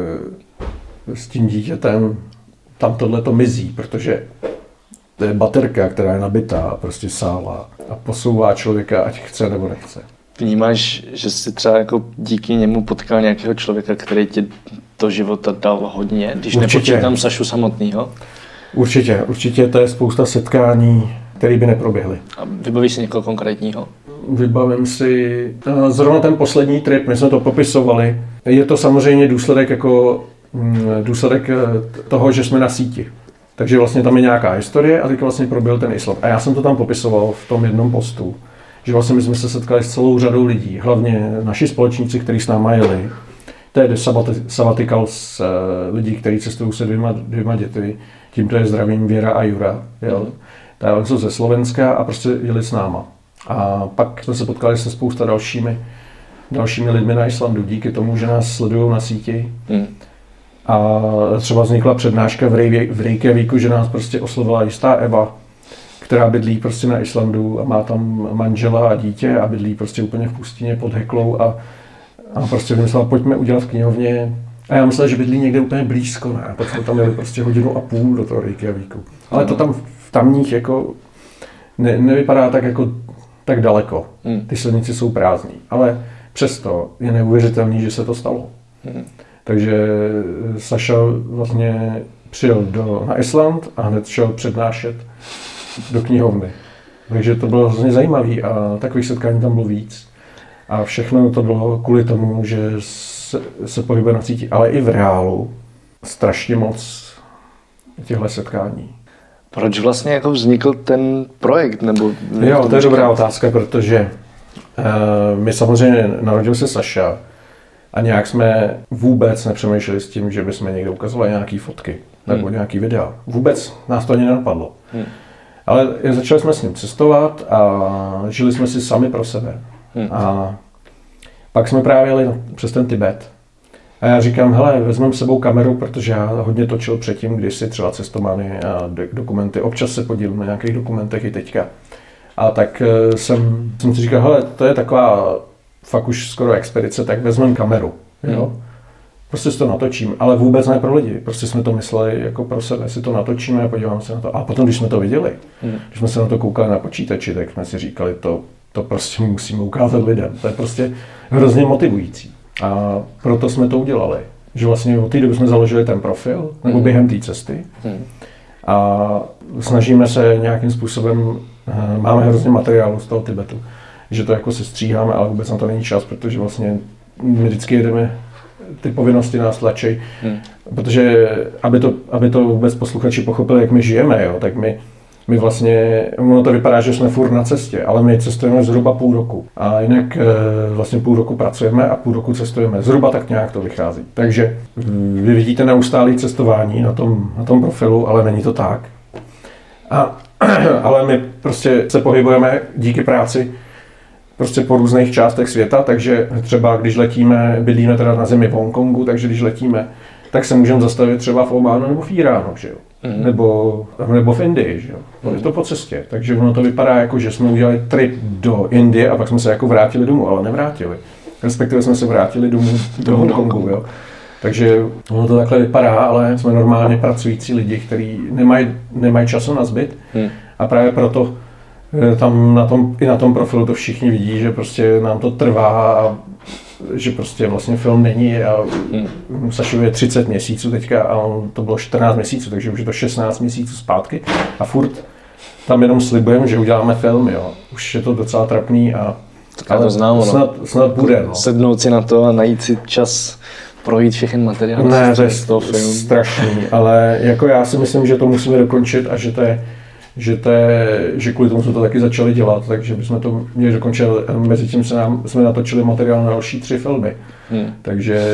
s tím dítětem tam tohle to mizí, protože to je baterka, která je nabitá, prostě sála a posouvá člověka, ať chce nebo nechce. Vnímáš, že jsi třeba jako díky němu potkal nějakého člověka, který ti do života dal hodně, když nepočítám Sašu samotného? Určitě, určitě to je spousta setkání, které by neproběhly. A vybavíš si někoho konkrétního? Vybavím si zrovna ten poslední trip, my jsme to popisovali. Je to samozřejmě důsledek jako důsledek toho, že jsme na síti. Takže vlastně tam je nějaká historie a teď vlastně proběhl ten islám. A já jsem to tam popisoval v tom jednom postu, že vlastně my jsme se setkali s celou řadou lidí, hlavně naši společníci, kteří s náma jeli. To je sabbatical s lidí, kteří cestují se dvěma, dvěma dětmi. Tímto je zdravím Věra a Jura. Jel. Mm. Oni jsou ze Slovenska a prostě jeli s náma. A pak jsme se potkali se spousta dalšími, dalšími lidmi na Islandu, díky tomu, že nás sledují na síti. Mm. A třeba vznikla přednáška v Reykjavíku, že nás prostě oslovila jistá Eva, která bydlí prostě na Islandu a má tam manžela a dítě a bydlí prostě úplně v pustině pod Heklou a, a prostě vymyslela, pojďme udělat v knihovně. A já myslel, že bydlí někde úplně blízko, ne? A pak jsme tam jeli prostě hodinu a půl do toho Reykjavíku. Ale to tam v tamních jako ne, nevypadá tak jako tak daleko. Ty silnice jsou prázdný, ale přesto je neuvěřitelný, že se to stalo. Takže Saša vlastně přijel do, na Island a hned šel přednášet do knihovny. Takže to bylo hrozně zajímavé a takových setkání tam bylo víc. A všechno to bylo kvůli tomu, že se, se pohybuje na síti, ale i v reálu strašně moc těchto setkání. Proč vlastně jako vznikl ten projekt? Nebo jo, to je dobrá otázka, protože uh, my samozřejmě narodil se Saša a nějak jsme vůbec nepřemýšleli s tím, že bychom někde ukazovali nějaké fotky nebo hmm. nějaký videa. Vůbec nás to ani nenapadlo. Hmm. Ale začali jsme s ním cestovat a žili jsme si sami pro sebe. Hmm. A pak jsme právě jeli přes ten Tibet. A já říkám, hele, vezmeme s sebou kameru, protože já hodně točil předtím, když si třeba cestomány a dokumenty. Občas se podílím na nějakých dokumentech i teďka. A tak jsem, jsem si říkal, hele, to je taková fakt už skoro expedice, tak vezmeme kameru. Jo? Hmm. Prostě si to natočím, ale vůbec ne pro lidi. Prostě jsme to mysleli jako pro sebe, si to natočíme a podíváme se na to. A potom, když jsme to viděli, hmm. když jsme se na to koukali na počítači, tak jsme si říkali, to, to prostě musíme ukázat lidem. To je prostě hrozně motivující. A proto jsme to udělali. Že vlastně od té doby jsme založili ten profil, nebo hmm. během té cesty. Hmm. A snažíme se nějakým způsobem, máme hrozně materiálu z toho Tibetu, že to jako se stříháme, ale vůbec na to není čas, protože vlastně my vždycky jedeme, ty povinnosti nás tlačí, hmm. protože aby to, aby to vůbec posluchači pochopili, jak my žijeme, jo, tak my, my vlastně, ono to vypadá, že jsme furt na cestě, ale my cestujeme zhruba půl roku a jinak vlastně půl roku pracujeme a půl roku cestujeme, zhruba tak nějak to vychází. Takže vy vidíte neustálé cestování na tom, na tom profilu, ale není to tak. A, ale my prostě se pohybujeme díky práci prostě po různých částech světa, takže třeba když letíme, bydlíme teda na zemi v Hongkongu, takže když letíme, tak se můžeme zastavit třeba v Ománu nebo v Iránu, že jo? Mm. Nebo, nebo v Indii, že jo? Mm. Je to po cestě, takže ono to vypadá jako, že jsme udělali trip do Indie a pak jsme se jako vrátili domů, ale nevrátili. Respektive jsme se vrátili domů do Hongkongu, jo? Takže ono to takhle vypadá, ale jsme normálně pracující lidi, kteří nemají, nemají času na zbyt mm. a právě proto tam na tom, i na tom profilu to všichni vidí, že prostě nám to trvá a že prostě vlastně film není a hmm. Sašovi je třicet měsíců teďka a on, to bylo čtrnáct měsíců, takže už je to šestnáct měsíců zpátky a furt tam jenom slibujeme, že uděláme film, jo. Už je to docela trapný a ale to znám, snad, snad bude. No. Sednout si na to a najít si čas projít všechny materiály. Ne, to je toho filmu. Strašný, ale jako já si myslím, že to musíme dokončit a že to je Že, to je, že kvůli tomu jsme to taky začali dělat, takže bychom to měli dokončit. Mezi tím se nám, jsme natočili materiál na další tři filmy. Hmm. Takže,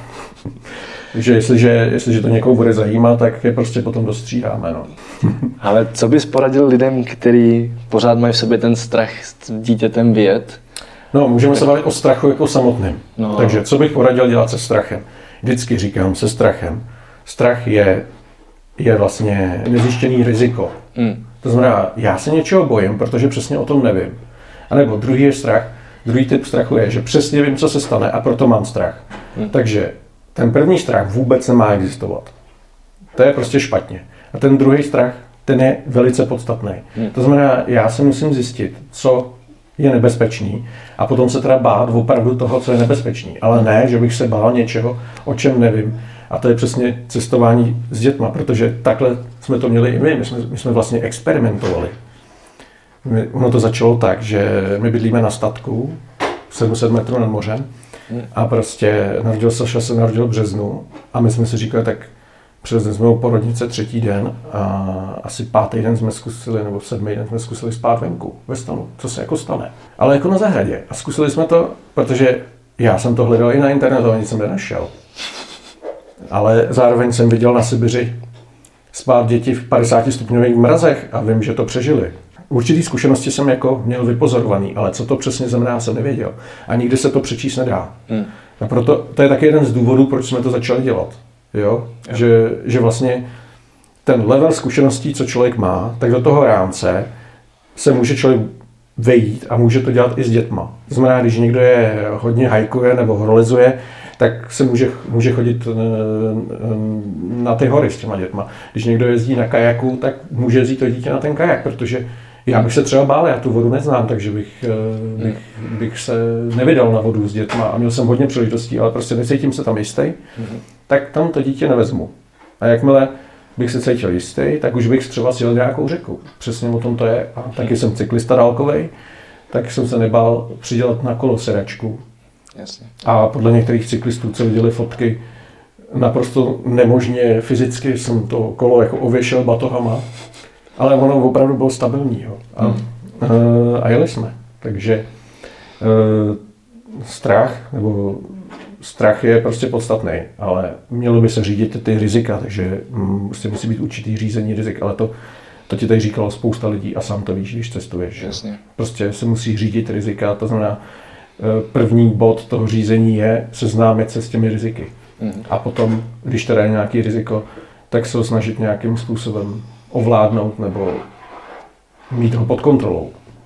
takže jestliže, jestliže to někoho bude zajímat, tak je prostě potom dostříháme. No. Ale co bys poradil lidem, kteří pořád mají v sobě ten strach s dítětem vyjet No, můžeme se bavit o strachu jako samotném. No. Takže co bych poradil dělat se strachem? Vždycky říkám se strachem. Strach je, je vlastně nezjištěný riziko. Mm. To znamená, já se něčeho bojím, protože přesně o tom nevím. A nebo druhý je strach. Druhý typ strachu je, že přesně vím, co se stane a proto mám strach. Mm. Takže ten první strach vůbec nemá existovat. To je prostě špatně. A ten druhý strach, ten je velice podstatný. Mm. To znamená, já se musím zjistit, co je nebezpečný a potom se teda bát opravdu toho, co je nebezpečný. Ale ne, že bych se bál něčeho, o čem nevím. A to je přesně cestování s dětma, protože takhle jsme to měli i my. My jsme, my jsme vlastně experimentovali. My, ono to začalo tak, že my bydlíme na statku, sedm set metrů nad mořem a prostě narodil Saša se narodil v březnu a my jsme si říkali, tak přivezli ho porodnice třetí den a asi pátý den jsme zkusili, nebo sedmý den jsme zkusili spát venku, ve stanu, co se jako stane. Ale jako na zahradě. A zkusili jsme to, protože já jsem to hledal i na internetu a nic jsem nenašel. Ale zároveň jsem viděl na Sibiři spát děti v padesáti stupňových mrazech a vím, že to přežili. Určitý zkušenosti jsem jako měl vypozorovaný, ale co to přesně znamená, jsem nevěděl. A nikdy se to přečíst nedá. Hmm. A proto to je taky jeden z důvodů, proč jsme to začali dělat. Jo? Jo. Že, že vlastně ten level zkušeností, co člověk má, tak do toho rámce se může člověk vejít a může to dělat i s dětma. To znamená, když někdo je hodně hajkuje nebo horolezuje, tak se může, může chodit na ty hory s těma dětma. Když někdo jezdí na kajaku, tak může vzít to dítě na ten kajak, protože já bych se třeba bál, já tu vodu neznám, takže bych, bych, bych se nevydal na vodu s dětma a měl jsem hodně příležitostí, ale prostě necítím se tam jistý, mm-hmm. tak tam to dítě nevezmu. A jakmile bych se cítil jistý, tak už bych třeba sjel nějakou řeku. Přesně o tom to je. A taky jsem cyklista dálkovej, tak jsem se nebál přidělat na kolo sedačku. Jasně. A podle některých cyklistů, co viděli fotky, naprosto nemožně fyzicky jsem to kolo jako ověšel batohama, ale ono opravdu bylo stabilní. Jo. A, hmm. a jeli jsme. Takže uh, strach, nebo strach je prostě podstatný, ale mělo by se řídit ty rizika, takže um, prostě musí být určitý řízení rizik, ale to, to ti tady říkalo spousta lidí a sám to víš, když cestuješ. Jasně. Prostě se musí řídit rizika, to znamená, první bod toho řízení je seznámit se s těmi riziky. Mm. A potom, když teda je nějaký riziko, tak se ho snažit nějakým způsobem ovládnout nebo mít ho pod kontrolou.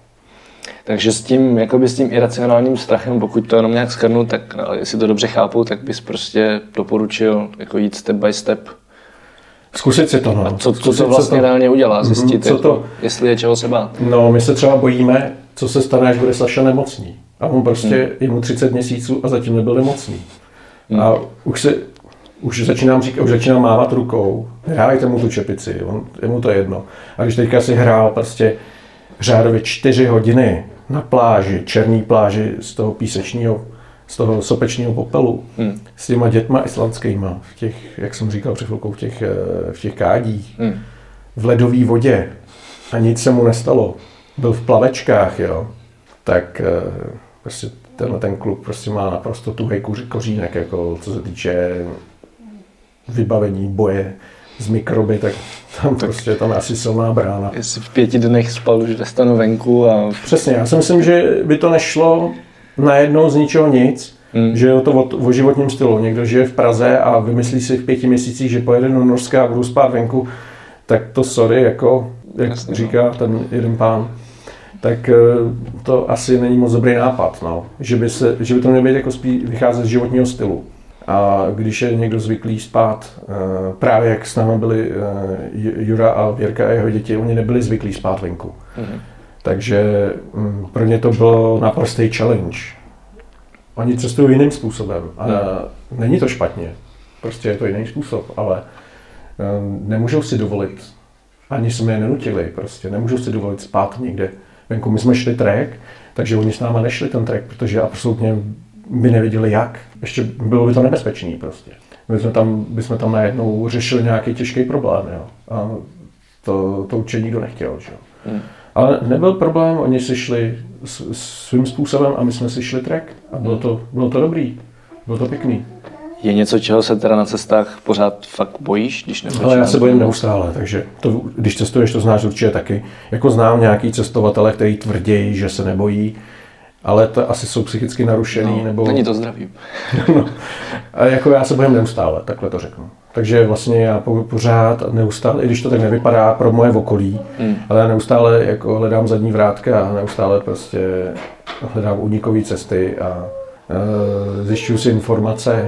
Takže s tím, jakoby s tím iracionálním strachem, pokud to jenom nějak shrnu, tak jestli to dobře chápu, tak bys prostě doporučil jako jít step by step. Zkusit si to, no. A co, co to vlastně to reálně udělá? Zjistit, co to, jestli je čeho se bát. No, my se třeba bojíme, co se stane, až bude Saša nemocný. A on prostě, hmm. je mu třicet měsíců a zatím nebyl nemocný. Hmm. A už se, už začínám říkat, už začínám mávat rukou, hrávajte mu tu čepici, on, je mu to jedno. A když teďka si hrál prostě řádově čtyři hodiny na pláži, černý pláži z toho písečního, z toho sopečního popelu, hmm. s těma dětma islandskýma, v těch, jak jsem říkal před chvilkou, v těch, v těch kádích, hmm. v ledové vodě a nic se mu nestalo. Byl v plavečkách, jo, tak prostě tenhle ten klub prostě má naprosto tuhej kořínek, jako co se týče vybavení boje s mikroby, tak tam tak prostě tam asi silná brána. Jestli v pěti dnech spal už ve stanu venku a... Přesně, já si myslím, že by to nešlo najednou z ničeho nic, hmm. že je to o, o životním stylu. Někdo žije v Praze a vymyslí si v pěti měsících, že pojede do Norska a budu spát venku, tak to sorry, jako, jak Jasně, říká no. ten jeden pán, tak to asi není moc dobrý nápad, no. že, by se, že by to mělo být jako spíš vycházet z životního stylu. A když je někdo zvyklý spát, právě jak s námi byli Jura a Věrka a jeho děti, oni nebyli zvyklí spát venku. Mm-hmm. Takže pro ně to bylo naprostý challenge. Oni cestují jiným způsobem a mm. není to špatně, prostě je to jiný způsob, ale nemůžou si dovolit, ani jsme je nenutili, prostě nemůžou si dovolit spát někde venku. My jsme šli trek, takže oni s náma nešli ten trek, protože absolutně by nevěděli jak. Ještě bylo by to nebezpečný prostě. My jsme tam, bychom tam najednou řešili nějaký těžký problém, jo. A to, to určitě nikdo nechtěl, že jo. Hmm. Ale nebyl problém, oni si šli svým způsobem a my jsme si šli trek a bylo to, bylo to dobrý, bylo to pěkný. Je něco, čeho se teda na cestách pořád fakt bojíš, když nebudeš? Ale já se bojím neustále, takže to, když cestuješ, to znáš určitě taky. Jako znám nějaký cestovatele, který tvrdí, že se nebojí, ale to asi jsou psychicky narušený. No, nebo... Není to zdravý. No. A jako já se bojím neustále, takhle to řeknu. Takže vlastně já pořád neustále, i když to tak nevypadá pro moje okolí, hmm. ale já neustále jako hledám zadní vrátka a neustále prostě hledám únikové cesty a e, zjišťuju si informace,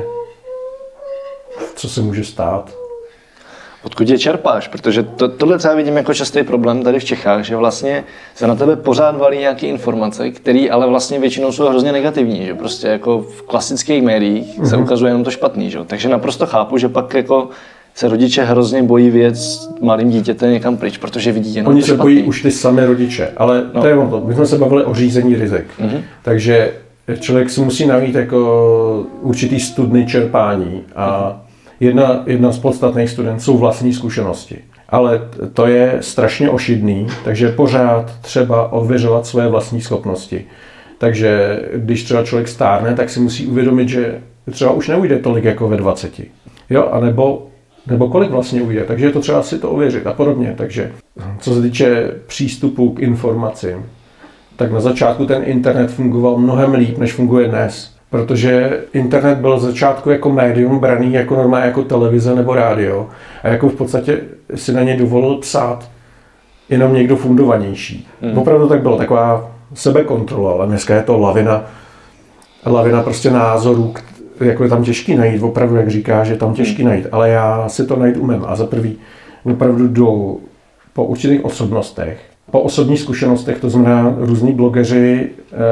co se může stát. Odkud je čerpáš? Protože to, tohle třeba vidím jako častý problém tady v Čechách, že vlastně se na tebe pořád valí nějaké informace, které ale vlastně většinou jsou hrozně negativní, že prostě jako v klasických médiích se ukazuje jenom to špatný, že? Takže naprosto chápu, že pak jako se rodiče hrozně bojí věc malým dítěte někam pryč, protože vidí jenom Oni to se špatný. bojí už ty samé rodiče, ale no. to je ono. My jsme se bavili o řízení rizik, mm-hmm. takže člověk si musí najít jako určitý studny čerpání a Jedna, jedna z podstatných student jsou vlastní zkušenosti. Ale to je strašně ošidný, takže pořád třeba ověřovat své vlastní schopnosti. Takže když třeba člověk stárne, tak si musí uvědomit, že třeba už neujde tolik jako ve dvaceti. Jo, a nebo, nebo kolik vlastně ujde. Takže je to třeba si to ověřit a podobně. Takže co se týče přístupu k informacím, tak na začátku ten internet fungoval mnohem líp, než funguje dnes. Protože internet byl z začátku jako médium braný jako normálně jako televize nebo rádio a jako v podstatě si na ně dovolil psát jenom někdo fundovanější. Hmm. Opravdu tak bylo taková sebekontrola, ale dneska je to lavina, lavina prostě názorů, jako je tam těžký najít, opravdu jak říká, že je tam těžký hmm. najít, ale já si to najít umím a za prvý opravdu jdu po určitých osobnostech, po osobních zkušenostech, to znamená různí blogeři,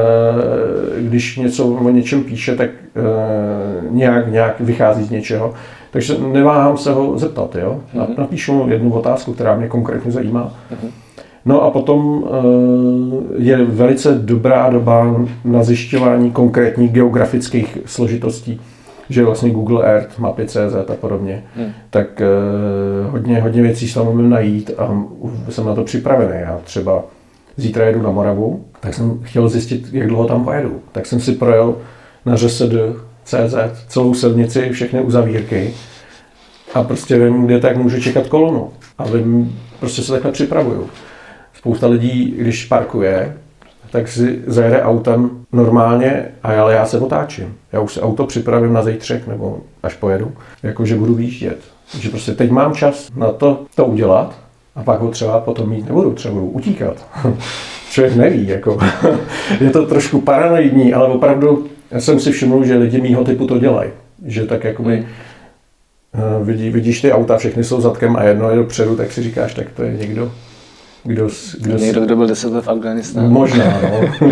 když něco o něčem píše, tak nějak, nějak vychází z něčeho. Takže neváhám se ho zeptat. Jo? Napíšu mu jednu otázku, která mě konkrétně zajímá. No a potom je velice dobrá doba na zjišťování konkrétních geografických složitostí, že vlastně Google Earth, mapy tečka cé zet a podobně, hmm. tak uh, hodně, hodně věcí se tam můžu najít a jsem na to připravený. Já třeba zítra jedu na Moravu, tak jsem chtěl zjistit, jak dlouho tam pojedu. Tak jsem si projel na ř s d tečka cé zet celou silnici, všechny uzavírky a prostě vím, kde tak můžu čekat kolonu. A vím, prostě se takhle připravuju. Spousta lidí, když parkuje, tak si zajede autem normálně, ale já se otáčím. Já už si auto připravím na zítřek, nebo až pojedu, jakože budu výjíždět. Takže prostě teď mám čas na to, to udělat a pak ho třeba potom mít nebudu, třeba budu utíkat. Člověk neví, jako. Je to trošku paranoidní, ale opravdu já jsem si všiml, že lidi mýho typu to dělají. Že tak jakoby vidí, vidíš ty auta, všechny jsou zadkem a jedno je dopředu, tak si říkáš, tak to je někdo, Kdo, kdo Někdo, kdo byl deset let v Afghánistánu. Možná, no.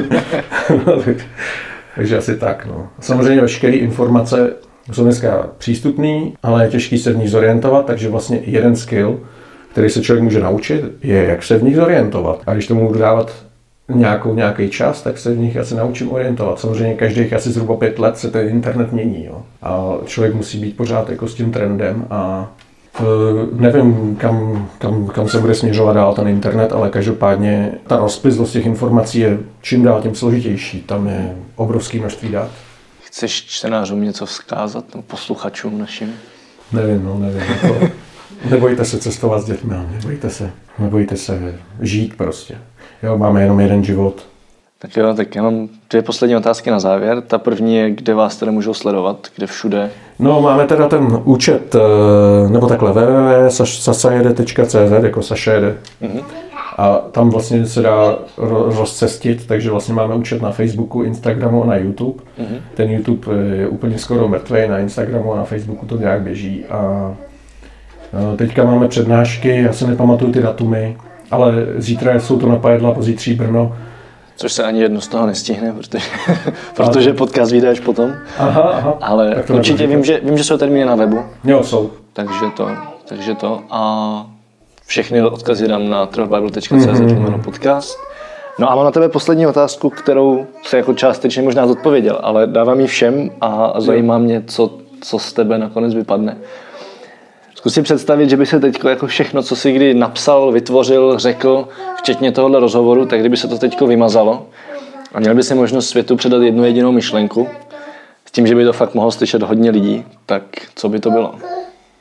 Takže asi tak, no. Samozřejmě veškeré informace jsou dneska přístupné, ale je těžké se v nich zorientovat, takže vlastně jeden skill, který se člověk může naučit, je, jak se v nich zorientovat. A když tomu budu dávat nějakou, nějaký čas, tak se v nich asi naučím orientovat. Samozřejmě každých asi zhruba pět let se ten internet mění, jo. A člověk musí být pořád jako s tím trendem a nevím, kam, kam, kam se bude směřovat dál ten internet, ale každopádně ta rozplyzlost těch informací je čím dál tím složitější. Tam je obrovské množství dat. Chceš čtenářům něco vzkázat, no, posluchačům našim? Nevím, no, nevím. Jako, nebojte se cestovat s dětmi, nebojte se, nebojte se žít prostě. Jo, máme jenom jeden život. Tak jo, tak já mám dvě poslední otázky na závěr. Ta první je, kde vás teda můžou sledovat, kde všude? No, máme teda ten účet, nebo takhle, w w w tečka sasajede tečka cé zet, jako Sašajede. Mm-hmm. A tam vlastně se dá rozcestit, takže vlastně máme účet na Facebooku, Instagramu a na YouTube. Mm-hmm. Ten YouTube je úplně skoro mrtvý, na Instagramu a na Facebooku to nějak běží. A teďka máme přednášky, já si nepamatuju ty datumy, ale zítra jsou to na Pajedla, pozítří Brno. Což se ani jedno z toho nestihne, protože, protože podcast vyjde až potom. Aha, aha. Ale určitě vím že, vím, že jsou termíny na webu. Jo, jsou. Takže to, takže to. A všechny odkazy dám na travel bible tečka cé zet mm-hmm. podcast. No a mám na tebe poslední otázku, kterou se jako částečně možná zodpověděl, ale dávám ji všem a zajímá mě, co, co z tebe nakonec vypadne. Zkus si představit, že by se teď jako všechno, co jsi kdy napsal, vytvořil, řekl, včetně tohohle rozhovoru, tak kdyby se to teď vymazalo a měl by si možnost světu předat jednu jedinou myšlenku, s tím, že by to fakt mohlo slyšet hodně lidí, tak co by to bylo?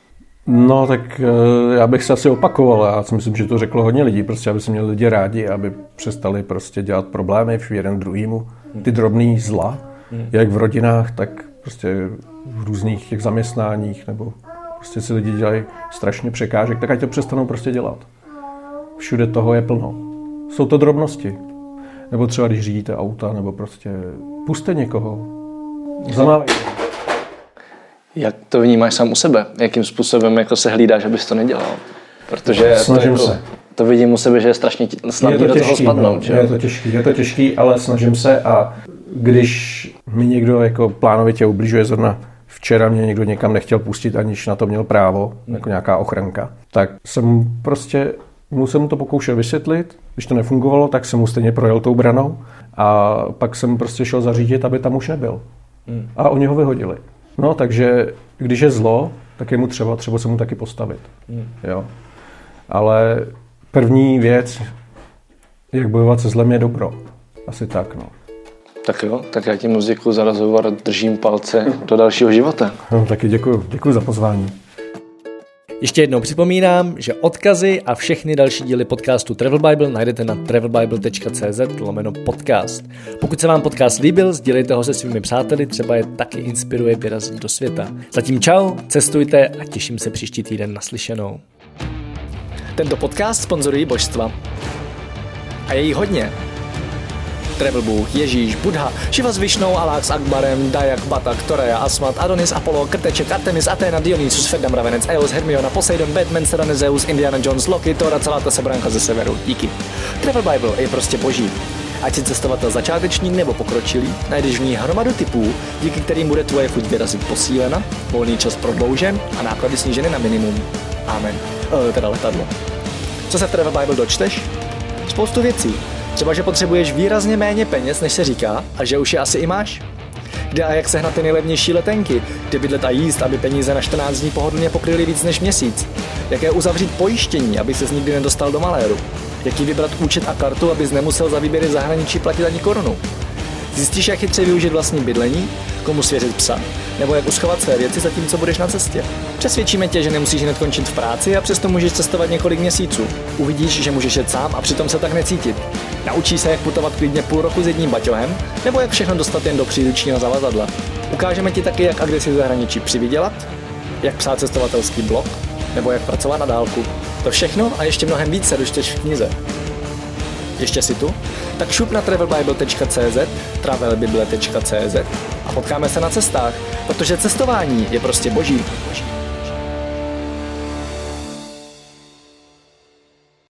No, tak já bych se asi opakoval. Já si myslím, že to řeklo hodně lidí. Prostě, aby se měli lidi rádi, aby přestali prostě dělat problémy v jeden druhýmu. Ty drobný zla, jak v rodinách, tak prostě v různých těch zaměstnáních, nebo prostě si lidi dělají strašně překážek, tak ať to přestanou prostě dělat. Všude toho je plno. Jsou to drobnosti. Nebo třeba, když řídíte auta, nebo prostě puste někoho. Zamávejte. Jak to vnímáš sám u sebe? Jakým způsobem jako se hlídáš, abys to nedělal? Protože snažím to, jako, se. To vidím u sebe, že je strašně snadné do toho spadnout. No, je to těžký, je to těžký, ale snažím se a když mi někdo jako plánovitě ubližuje, zrovna včera mě někdo někam nechtěl pustit, aniž na to měl právo, jako nějaká ochranka, tak jsem prostě musel mu to pokoušet vysvětlit. Když to nefungovalo, tak jsem mu stejně projel tou branou a pak jsem prostě šel zařídit, aby tam už nebyl. A oni ho vyhodili. No, takže když je zlo, tak je mu třeba, třeba se mu taky postavit. Jo. Ale první věc, jak bojovat se zlem, je dobro. Asi tak, no. Tak jo, tak já ti moc děkuju za rozhovor, držím palce do dalšího života. No, taky děkuju, děkuju za pozvání. Ještě jednou připomínám, že odkazy a všechny další díly podcastu Travel Bible najdete na travelbible tečka cz lomeno podcast. Pokud se vám podcast líbil, sdílejte ho se svými přáteli, třeba je taky inspiruje vyrazit do světa. Zatím čau, cestujte a těším se příští týden naslyšenou. Tento podcast sponzorují božstva. A je jí hodně. Travel Bůh, Ježíš, Buddha, Šiva s Višnou, Alák s Akbarem, Dajak, Batak, Toreja, Asmat, Adonis, Apollo, Krteček, Artemis, Athena, Dionysus, Ferdam, Ravenec, Eos, Hermiona, Poseidon, Batman, Serena, Zeus, Indiana Jones, Loki, Thor a celá ta sebranka ze severu. Díky. Travel Bible je prostě boží. Ať si cestovatel začátečník nebo pokročilý, najdeš v ní hromadu typů, díky kterým bude tvoje chuť vyrazit posílena, volný čas prodloužen a náklady sníženy na minimum. Amen. E, teda letadlo. Co se v Travel Bible dočteš? Spoustu věcí. Třeba, že potřebuješ výrazně méně peněz, než se říká, a že už je asi i máš. Kde a jak sehnat ty nejlevnější letenky, kde bydlet a jíst, aby peníze na čtrnáct dní pohodlně pokryly víc než měsíc. Jaké uzavřít pojištění, aby ses nikdy nedostal do maléru. Jaký vybrat účet a kartu, abys nemusel za výběry v zahraničí platit ani korunu. Zjistíš, jak chytře využít vlastní bydlení, komu svěřit psa, nebo jak uschovat své věci zatímco budeš na cestě. Přesvědčíme tě, že nemusíš hned končit v práci a přesto můžeš cestovat několik měsíců. Uvidíš, že můžeš jet sám a přitom se tak necítit. Naučíš se, jak putovat klidně půl roku s jedním baťohem, nebo jak všechno dostat jen do příručního zavazadla. Ukážeme ti taky, jak a kde si v zahraničí přivydělat, jak psát cestovatelský blog, nebo jak pracovat na dálku. To všechno a ještě mnohem víc se dočteš v knize. Ještě si tu? Tak šup na travelbible tečka cz, travelbible tečka cz a potkáme se na cestách, protože cestování je prostě boží. boží.